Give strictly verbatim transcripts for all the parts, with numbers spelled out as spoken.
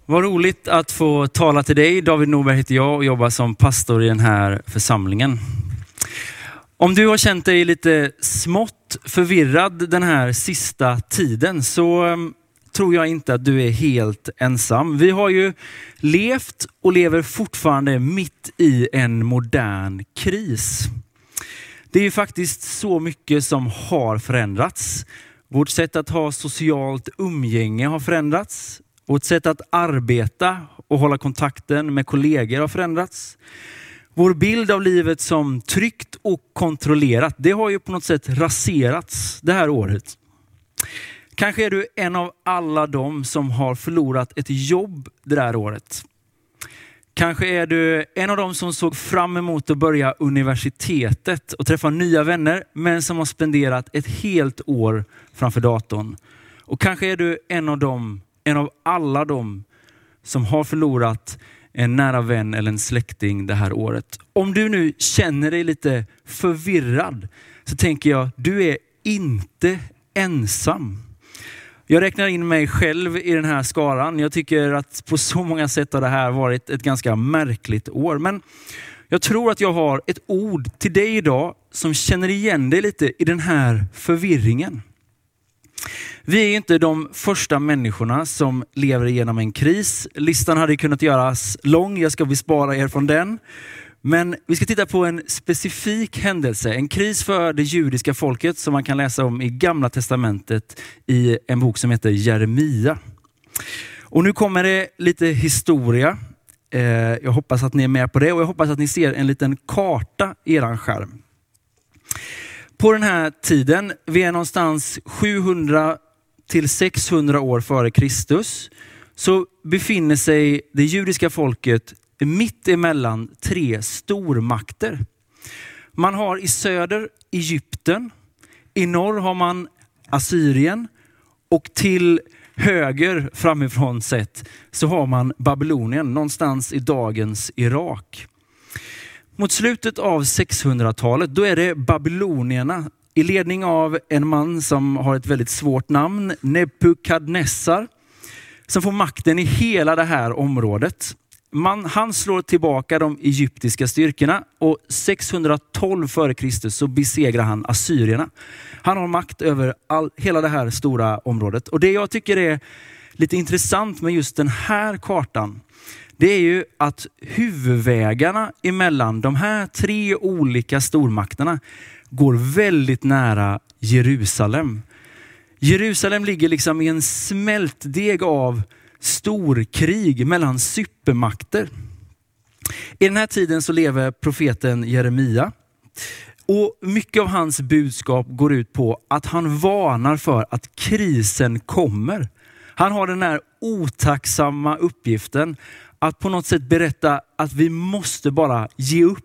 Vad roligt att få tala till dig. David Norberg heter jag och jobbar som pastor i den här församlingen. Om du har känt dig lite smått förvirrad den här sista tiden så um, tror jag inte att du är helt ensam. Vi har ju levt och lever fortfarande mitt i en modern kris. Det är ju faktiskt så mycket som har förändrats. Vårt sätt att ha socialt umgänge har förändrats. Vårt sätt att arbeta och hålla kontakten med kollegor har förändrats. Vår bild av livet som tryggt och kontrollerat, det har ju på något sätt raserats det här året. Kanske är du en av alla de som har förlorat ett jobb det här året. Kanske är du en av dem som såg fram emot att börja universitetet och träffa nya vänner, men som har spenderat ett helt år framför datorn. Och kanske är du en av dem, en av alla dem som har förlorat en nära vän eller en släkting det här året. Om du nu känner dig lite förvirrad så tänker jag, du är inte ensam. Jag räknar in mig själv i den här skaran. Jag tycker att på så många sätt har det här varit ett ganska märkligt år. Men jag tror att jag har ett ord till dig idag som känner igen dig lite i den här förvirringen. Vi är inte de första människorna som lever igenom en kris. Listan hade kunnat göras lång, jag ska bespara er från den. Men vi ska titta på en specifik händelse, en kris för det judiska folket som man kan läsa om i Gamla testamentet i en bok som heter Jeremia. Och nu kommer det lite historia. Jag hoppas att ni är med på det och jag hoppas att ni ser en liten karta i er skärm. På den här tiden, vi är någonstans sjuhundra till sexhundra år före Kristus, så befinner sig det judiska folket mitt emellan tre stormakter. Man har i söder Egypten, i norr har man Assyrien och till höger framifrån sett så har man Babylonien någonstans i dagens Irak. Mot slutet av sexhundratalet då är det babylonierna i ledning av en man som har ett väldigt svårt namn, Nebukadnessar, som får makten i hela det här området. Man, han slår tillbaka de egyptiska styrkorna och sexhundratolv före Kristus så besegrar han assyrierna. Han har makt över all, hela det här stora området. Och det jag tycker är lite intressant med just den här kartan, det är ju att huvudvägarna emellan de här tre olika stormakterna går väldigt nära Jerusalem. Jerusalem ligger liksom i en smältdeg av storkrig mellan supermakter. I den här tiden så lever profeten Jeremia. Och mycket av hans budskap går ut på att han varnar för att krisen kommer. Han har den här otacksamma uppgiften att på något sätt berätta att vi måste bara ge upp.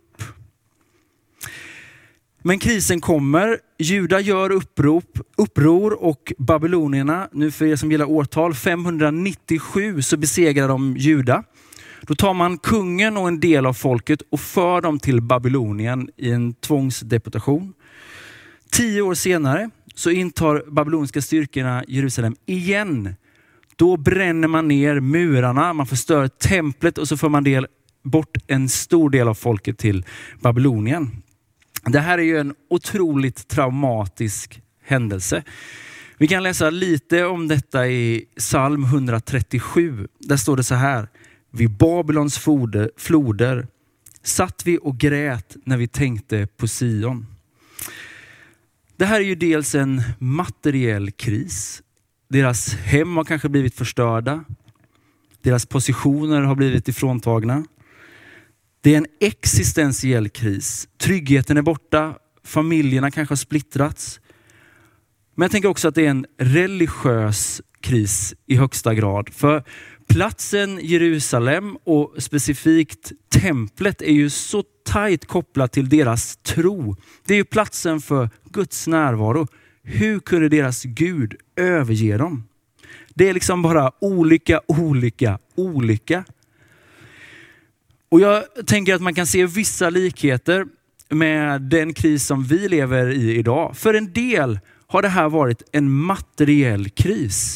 Men krisen kommer, Juda gör upprop, uppror och babylonierna, nu för er som gillar årtal, femhundranittiosju så besegrar de Juda. Då tar man kungen och en del av folket och för dem till Babylonien i en tvångsdeportation. Tio år senare så intar babyloniska styrkorna Jerusalem igen. Då bränner man ner murarna, man förstör templet och så får man del, bort en stor del av folket till Babylonien. Det här är ju en otroligt traumatisk händelse. Vi kan läsa lite om detta i psalm etthundratrettiosju. Där står det så här: vid Babylons floder, floder satt vi och grät när vi tänkte på Sion. Det här är ju dels en materiell kris. Deras hem har kanske blivit förstörda. Deras positioner har blivit ifråntagna. Det är en existentiell kris. Tryggheten är borta. Familjerna kanske har splittrats. Men jag tänker också att det är en religiös kris i högsta grad. För platsen Jerusalem och specifikt templet är ju så tajt kopplat till deras tro. Det är ju platsen för Guds närvaro. Hur kunde deras Gud överge dem? Det är liksom bara olika, olika, olika. Och jag tänker att man kan se vissa likheter med den kris som vi lever i idag. För en del har det här varit en materiell kris.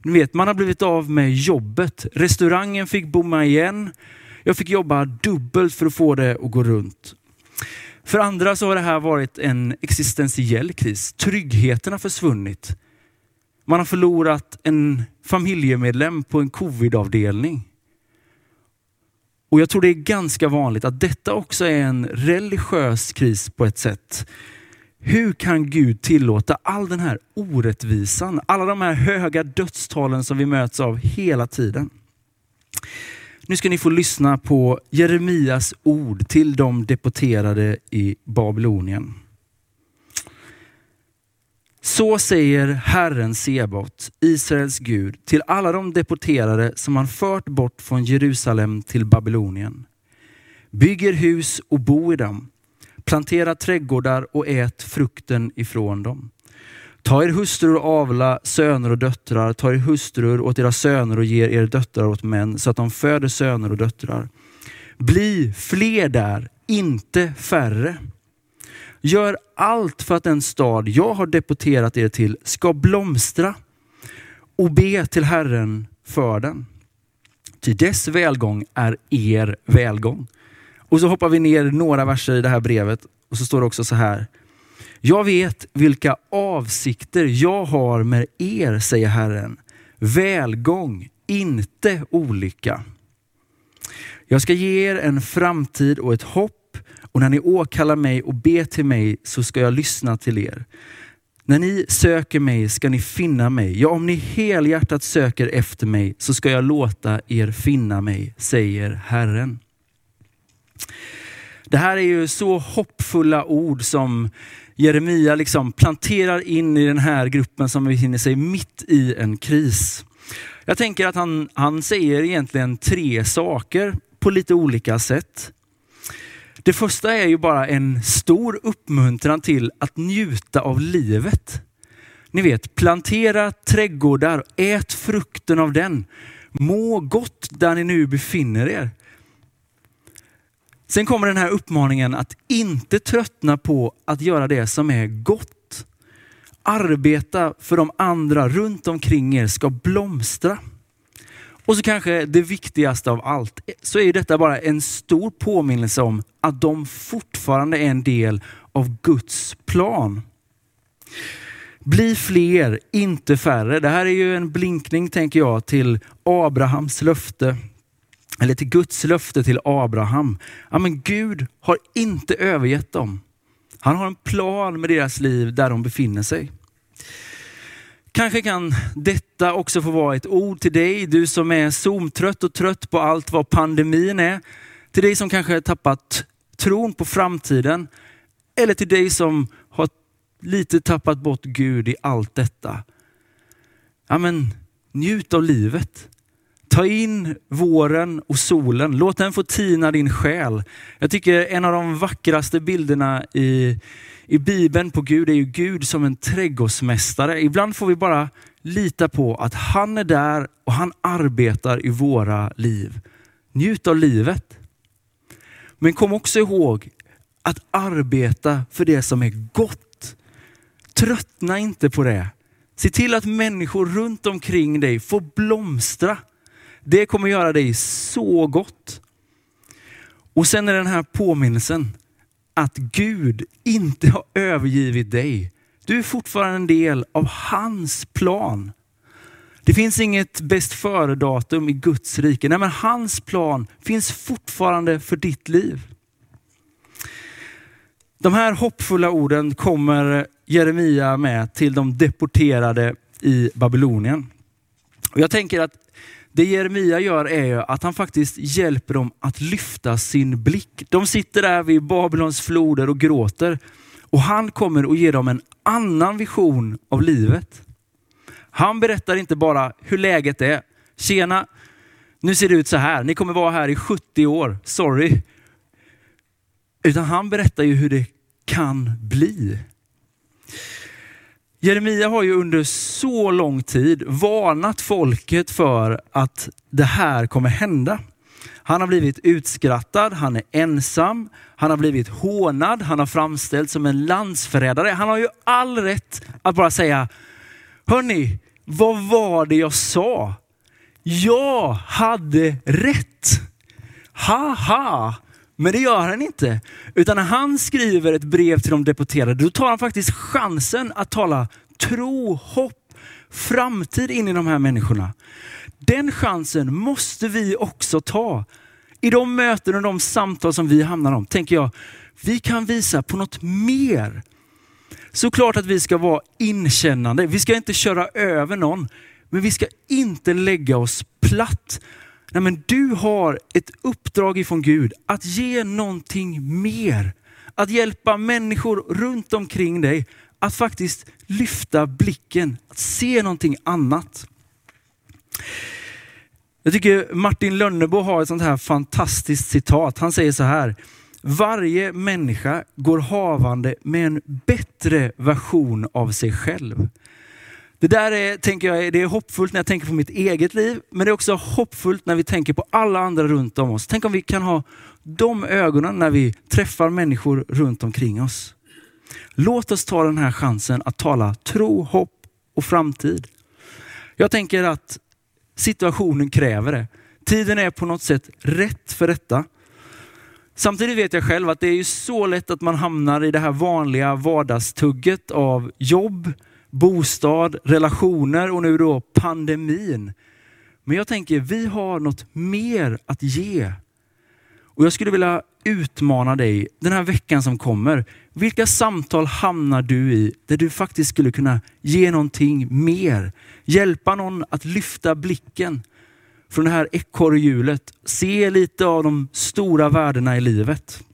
Ni vet, man har blivit av med jobbet. Restaurangen fick bomma igen. Jag fick jobba dubbelt för att få det att gå runt. För andra så har det här varit en existentiell kris. Tryggheten har försvunnit. Man har förlorat en familjemedlem på en covid-avdelning. Och jag tror det är ganska vanligt att detta också är en religiös kris på ett sätt. Hur kan Gud tillåta all den här orättvisan? Alla de här höga dödstalen som vi möts av hela tiden. Nu ska ni få lyssna på Jeremias ord till de deporterade i Babylonien. Så säger Herren Sebaot, Israels Gud, till alla de deporterade som han fört bort från Jerusalem till Babylonien. Bygger hus och bo i dem. Plantera trädgårdar och ät frukten ifrån dem. Ta er hustrur och avla söner och döttrar. Ta er hustrur åt era söner och ger er döttrar åt män så att de föder söner och döttrar. Bli fler där, inte färre. Gör allt för att den stad jag har deporterat er till ska blomstra och be till Herren för den. Ty dess välgång är er välgång. Och så hoppar vi ner några verser i det här brevet och så står det också så här. Jag vet vilka avsikter jag har med er, säger Herren. Välgång, inte olycka. Jag ska ge er en framtid och ett hopp. Och när ni åkallar mig och ber till mig så ska jag lyssna till er. När ni söker mig ska ni finna mig. Ja, om ni helhjärtat söker efter mig så ska jag låta er finna mig, säger Herren. Det här är ju så hoppfulla ord som Jeremia liksom planterar in i den här gruppen som befinner sig mitt i en kris. Jag tänker att han, han säger egentligen tre saker på lite olika sätt. Det första är ju bara en stor uppmuntran till att njuta av livet. Ni vet, plantera trädgårdar, ät frukten av den. Må gott där ni nu befinner er. Sen kommer den här uppmaningen att inte tröttna på att göra det som är gott. Arbeta för de andra runt omkring er ska blomstra. Och så kanske det viktigaste av allt, så är detta bara en stor påminnelse om att de fortfarande är en del av Guds plan. Bli fler, inte färre. Det här är ju en blinkning, tänker jag, till Abrahams löfte. Eller till Guds löfte till Abraham. Ja, men Gud har inte övergett dem. Han har en plan med deras liv där de befinner sig. Kanske kan detta också få vara ett ord till dig, du som är Zoom-trött och trött på allt vad pandemin är. Till dig som kanske har tappat tron på framtiden. Eller till dig som har lite tappat bort Gud i allt detta. Ja, men njut av livet. Ta in våren och solen. Låt den få tina din själ. Jag tycker en av de vackraste bilderna i, i Bibeln på Gud är ju Gud som en trädgårdsmästare. Ibland får vi bara lita på att han är där och han arbetar i våra liv. Njut av livet. Men kom också ihåg att arbeta för det som är gott. Tröttna inte på det. Se till att människor runt omkring dig får blomstra. Det kommer göra dig så gott. Och sen är den här påminnelsen att Gud inte har övergivit dig. Du är fortfarande en del av hans plan. Det finns inget bäst före datum i Guds rike. Nej, men hans plan finns fortfarande för ditt liv. De här hoppfulla orden kommer Jeremia med till de deporterade i Babylonien. Och jag tänker att det Jeremia gör är ju att han faktiskt hjälper dem att lyfta sin blick. De sitter där vid Babylons floder och gråter. Och han kommer att ge dem en annan vision av livet. Han berättar inte bara hur läget är. Tjena, nu ser det ut så här. Ni kommer vara här i sjuttio år. Sorry. Utan han berättar ju hur det kan bli. Jeremia har ju under så lång tid varnat folket för att det här kommer hända. Han har blivit utskrattad, han är ensam, han har blivit hånad, han har framställts som en landsförrädare. Han har ju all rätt att bara säga, hörni, vad var det jag sa? Jag hade rätt. Haha. Men det gör han inte. Utan när han skriver ett brev till de deporterade, då tar han faktiskt chansen att tala tro, hopp, framtid in i de här människorna. Den chansen måste vi också ta. I de möten och de samtal som vi hamnar om, tänker jag, vi kan visa på något mer. Såklart att vi ska vara inkännande. Vi ska inte köra över någon. Men vi ska inte lägga oss platt. Nej, men du har ett uppdrag ifrån Gud att ge någonting mer. Att hjälpa människor runt omkring dig att faktiskt lyfta blicken. Att se någonting annat. Jag tycker Martin Lönnebo har ett sånt här fantastiskt citat. Han säger så här: varje människa går havande med en bättre version av sig själv. Det där är, tänker jag, det är hoppfullt när jag tänker på mitt eget liv. Men det är också hoppfullt när vi tänker på alla andra runt om oss. Tänk om vi kan ha de ögonen när vi träffar människor runt omkring oss. Låt oss ta den här chansen att tala tro, hopp och framtid. Jag tänker att situationen kräver det. Tiden är på något sätt rätt för detta. Samtidigt vet jag själv att det är ju så lätt att man hamnar i det här vanliga vardagstugget av jobb, bostad, relationer och nu då pandemin. Men jag tänker, vi har något mer att ge. Och jag skulle vilja utmana dig den här veckan som kommer. Vilka samtal hamnar du i där du faktiskt skulle kunna ge någonting mer? Hjälpa någon att lyfta blicken från det här ekorrhjulet. Se lite av de stora värdena i livet.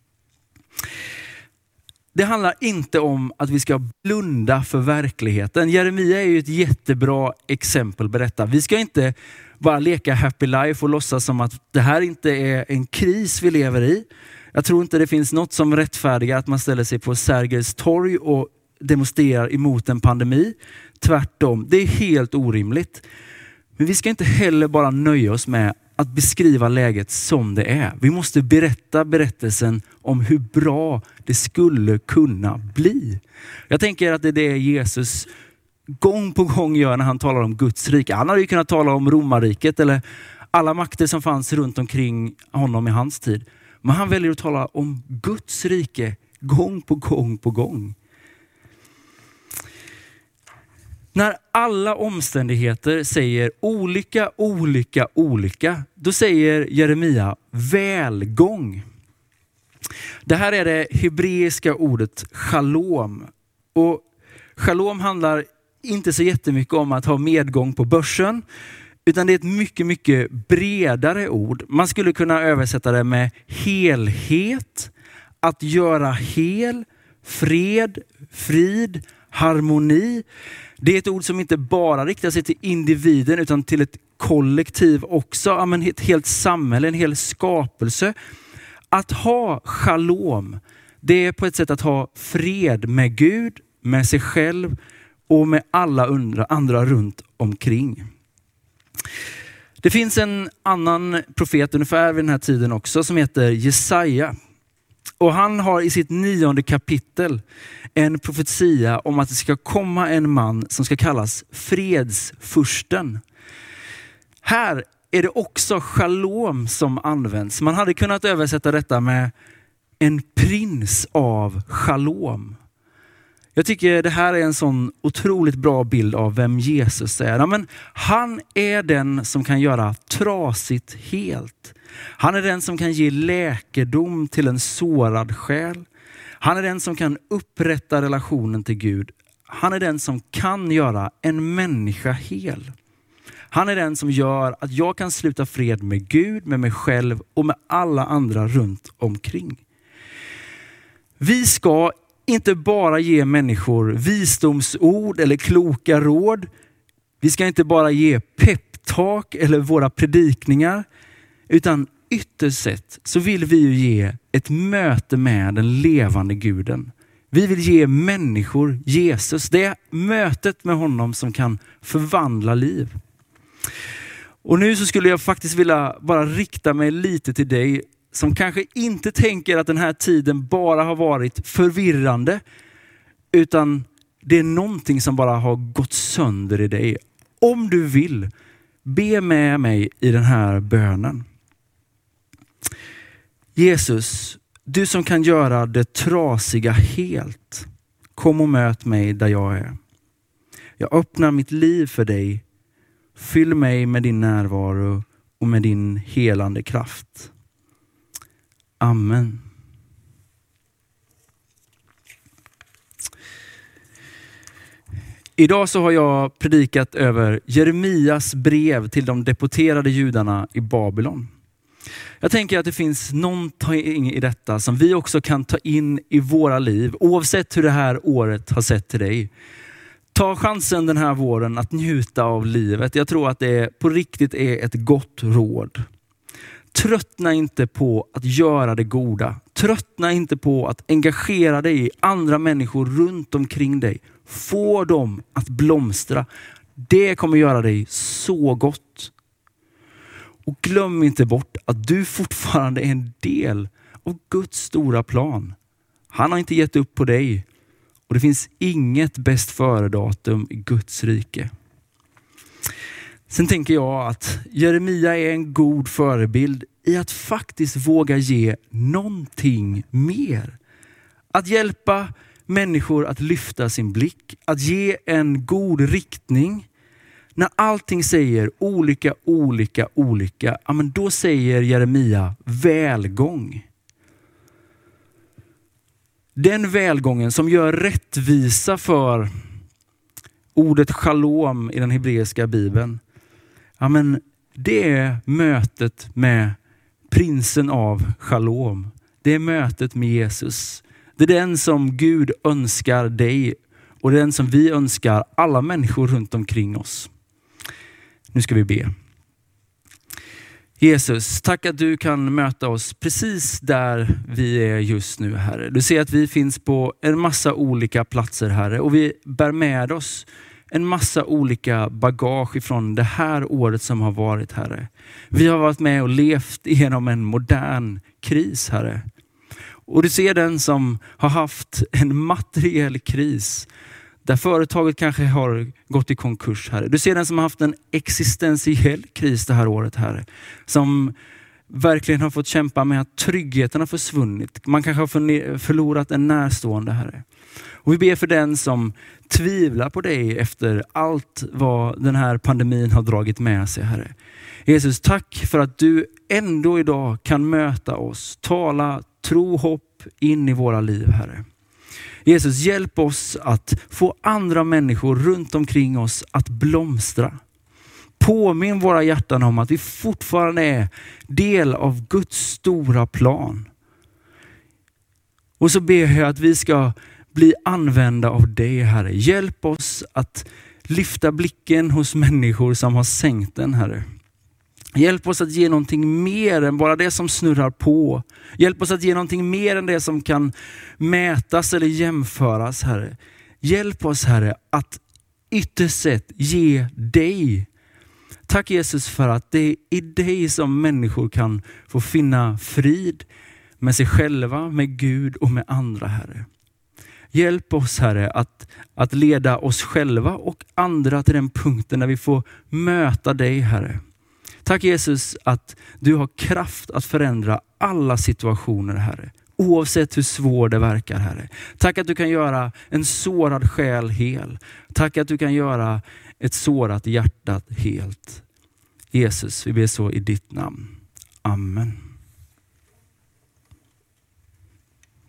Det handlar inte om att vi ska blunda för verkligheten. Jeremia är ju ett jättebra exempel på detta. Vi ska inte bara leka happy life och låtsas som att det här inte är en kris vi lever i. Jag tror inte det finns något som rättfärdigar att man ställer sig på Sergels torg och demonstrerar emot en pandemi. Tvärtom, det är helt orimligt. Men vi ska inte heller bara nöja oss med att beskriva läget som det är. Vi måste berätta berättelsen om hur bra det skulle kunna bli. Jag tänker att det är det Jesus gång på gång gör när han talar om Guds rike. Han hade ju kunnat tala om romarriket eller alla makter som fanns runt omkring honom i hans tid. Men han väljer att tala om Guds rike gång på gång på gång. När alla omständigheter säger olika, olika, olika, då säger Jeremia välgång. Det här är det hebreiska ordet shalom. Och shalom handlar inte så jättemycket om att ha medgång på börsen, utan det är ett mycket, mycket bredare ord. Man skulle kunna översätta det med helhet, att göra hel, fred, frid, harmoni. Det är ett ord som inte bara riktar sig till individen utan till ett kollektiv också. Ja, men ett helt samhälle, en hel skapelse. Att ha shalom, det är på ett sätt att ha fred med Gud, med sig själv och med alla andra runt omkring. Det finns en annan profet ungefär vid den här tiden också som heter Jesaja. Och han har i sitt nionde kapitel en profetia om att det ska komma en man som ska kallas fredsfursten. Här är det också shalom som används. Man hade kunnat översätta detta med en prins av shalom. Jag tycker det här är en sån otroligt bra bild av vem Jesus är. Ja, men han är den som kan göra trasigt helt. Han är den som kan ge läkedom till en sårad själ. Han är den som kan upprätta relationen till Gud. Han är den som kan göra en människa hel. Han är den som gör att jag kan sluta fred med Gud, med mig själv och med alla andra runt omkring. Vi ska inte bara ge människor visdomsord eller kloka råd. Vi ska inte bara ge peptalk eller våra predikningar. Utan ytterst sett så vill vi ju ge ett möte med den levande guden. Vi vill ge människor Jesus. Det är mötet med honom som kan förvandla liv. Och nu så skulle jag faktiskt vilja bara rikta mig lite till dig som kanske inte tänker att den här tiden bara har varit förvirrande, utan det är någonting som bara har gått sönder i dig. Om du vill, be med mig i den här bönen. Jesus, du som kan göra det trasiga helt. Kom och möt mig där jag är. Jag öppnar mitt liv för dig. Fyll mig med din närvaro och med din helande kraft. Amen. Idag så har jag predikat över Jeremias brev till de deporterade judarna i Babylon. Jag tänker att det finns någonting i detta som vi också kan ta in i våra liv, oavsett hur det här året har sett till dig. Ta chansen den här våren att njuta av livet. Jag tror att det på riktigt är ett gott råd. Tröttna inte på att göra det goda. Tröttna inte på att engagera dig i andra människor runt omkring dig. Få dem att blomstra. Det kommer göra dig så gott. Och glöm inte bort att du fortfarande är en del av Guds stora plan. Han har inte gett upp på dig. Och det finns inget bäst före-datum i Guds rike. Sen tänker jag att Jeremia är en god förebild i att faktiskt våga ge någonting mer. Att hjälpa människor att lyfta sin blick. Att ge en god riktning. När allting säger olika, olika, olika. Ja, men då säger Jeremia välgång. Den välgången som gör rättvisa för ordet shalom i den hebreiska bibeln. Ja, men det är mötet med prinsen av shalom. Det är mötet med Jesus. Det är den som Gud önskar dig och det är den som vi önskar alla människor runt omkring oss. Nu ska vi be. Jesus, tack att du kan möta oss precis där vi är just nu, Herre. Du ser att vi finns på en massa olika platser, Herre. Och vi bär med oss en massa olika bagage ifrån det här året som har varit, Herre. Vi har varit med och levt igenom en modern kris, Herre. Och du ser den som har haft en materiell kris. Där företaget kanske har gått i konkurs, Herre. Du ser den som har haft en existentiell kris det här året, Herre. Som verkligen har fått kämpa med att tryggheten har försvunnit. Man kanske har förlorat en närstående, Herre. Och vi ber för den som tvivlar på dig efter allt vad den här pandemin har dragit med sig, Herre. Jesus, tack för att du ändå idag kan möta oss. Tala tro, hopp in i våra liv, Herre. Jesus, hjälp oss att få andra människor runt omkring oss att blomstra. Påminn våra hjärtan om att vi fortfarande är del av Guds stora plan. Och så ber jag att vi ska bli använda av dig, Herre. Hjälp oss att lyfta blicken hos människor som har sänkt den, Herre. Hjälp oss att ge någonting mer än bara det som snurrar på. Hjälp oss att ge någonting mer än det som kan mätas eller jämföras, Herre. Hjälp oss, Herre, att ytterst sett ge dig. Tack Jesus för att det är i dig som människor kan få finna frid med sig själva, med Gud och med andra, Herre. Hjälp oss, Herre, att, att leda oss själva och andra till den punkten när vi får möta dig, Herre. Tack Jesus att du har kraft att förändra alla situationer, Herre. Oavsett hur svår det verkar, Herre. Tack att du kan göra en sårad själ hel. Tack att du kan göra ett sårat hjärta helt. Jesus, vi ber så i ditt namn. Amen.